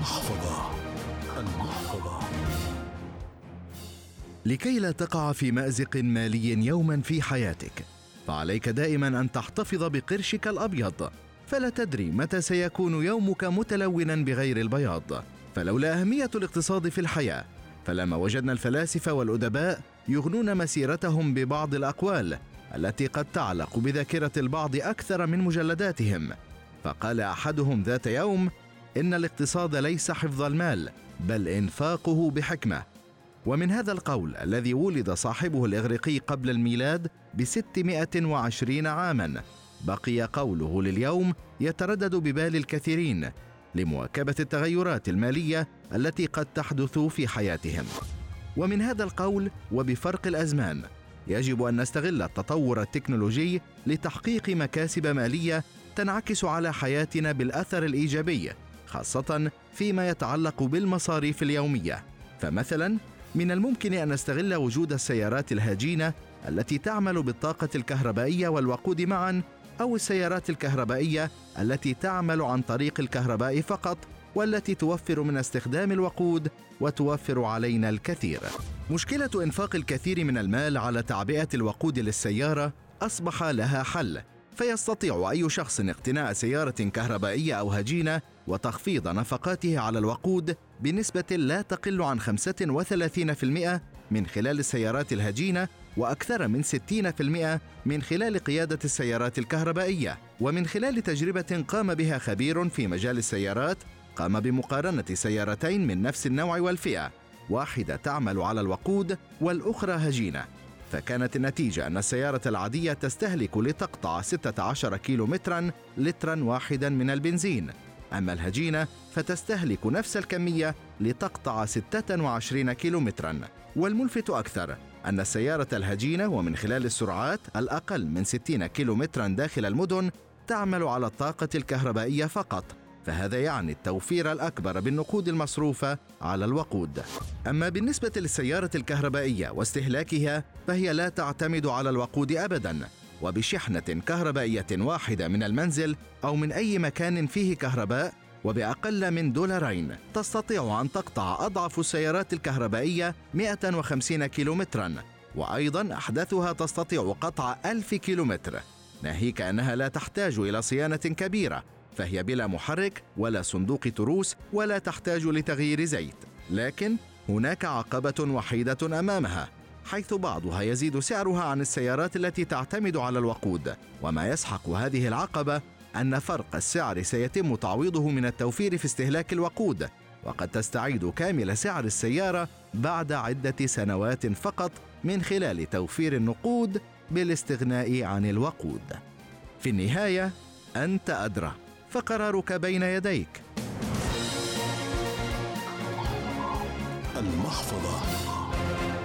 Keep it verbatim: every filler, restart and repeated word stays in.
المحفظة. المحفظة. لكي لا تقع في مأزق مالي يوما في حياتك، فعليك دائما أن تحتفظ بقرشك الأبيض، فلا تدري متى سيكون يومك متلونا بغير البياض. فلولا أهمية الاقتصاد في الحياة فلما وجدنا الفلاسفة والأدباء يغنون مسيرتهم ببعض الأقوال التي قد تعلق بذاكرة البعض أكثر من مجلداتهم. فقال أحدهم ذات يوم: إن الاقتصاد ليس حفظ المال بل إنفاقه بحكمة. ومن هذا القول الذي ولد صاحبه الإغريقي قبل الميلاد بستمائة وعشرين عاما بقي قوله لليوم يتردد ببال الكثيرين لمواكبة التغيرات المالية التي قد تحدث في حياتهم. ومن هذا القول وبفرق الأزمان يجب أن نستغل التطور التكنولوجي لتحقيق مكاسب مالية تنعكس على حياتنا بالأثر الإيجابي، خاصة فيما يتعلق بالمصاريف اليومية. فمثلا من الممكن أن نستغل وجود السيارات الهجينة التي تعمل بالطاقة الكهربائية والوقود معا، أو السيارات الكهربائية التي تعمل عن طريق الكهرباء فقط والتي توفر من استخدام الوقود وتوفر علينا الكثير. مشكلة إنفاق الكثير من المال على تعبئة الوقود للسيارة أصبح لها حل، فيستطيع أي شخص اقتناء سيارة كهربائية أو هجينة وتخفيض نفقاته على الوقود بنسبة لا تقل عن خمسة وثلاثين بالمئة من خلال السيارات الهجينة، وأكثر من ستين بالمئة من خلال قيادة السيارات الكهربائية. ومن خلال تجربة قام بها خبير في مجال السيارات، قام بمقارنة سيارتين من نفس النوع والفئة، واحدة تعمل على الوقود والأخرى هجينة، فكانت النتيجة أن السيارة العادية تستهلك لتقطع ستة عشر كيلومترا لترا واحدا من البنزين، أما الهجينة فتستهلك نفس الكمية لتقطع ستة وعشرين كيلومترا. والملفت أكثر أن السيارة الهجينة ومن خلال السرعات الأقل من ستين كيلومترا داخل المدن تعمل على الطاقة الكهربائية فقط، فهذا يعني التوفير الأكبر بالنقود المصروفة على الوقود. أما بالنسبة للسيارة الكهربائية واستهلاكها فهي لا تعتمد على الوقود أبداً، وبشحنة كهربائية واحدة من المنزل أو من أي مكان فيه كهرباء وبأقل من دولارين تستطيع أن تقطع أضعف السيارات الكهربائية مئة وخمسين كيلومتراً، وأيضاً أحدثها تستطيع قطع ألف كيلومتر، ناهيك أنها لا تحتاج إلى صيانة كبيرة، فهي بلا محرك ولا صندوق تروس ولا تحتاج لتغيير زيت. لكن هناك عقبة وحيدة أمامها، حيث بعضها يزيد سعرها عن السيارات التي تعتمد على الوقود. وما يسحق هذه العقبة أن فرق السعر سيتم تعويضه من التوفير في استهلاك الوقود، وقد تستعيد كامل سعر السيارة بعد عدة سنوات فقط من خلال توفير النقود بالاستغناء عن الوقود. في النهاية أنت أدرى، فقرارك بين يديك. المحفظة.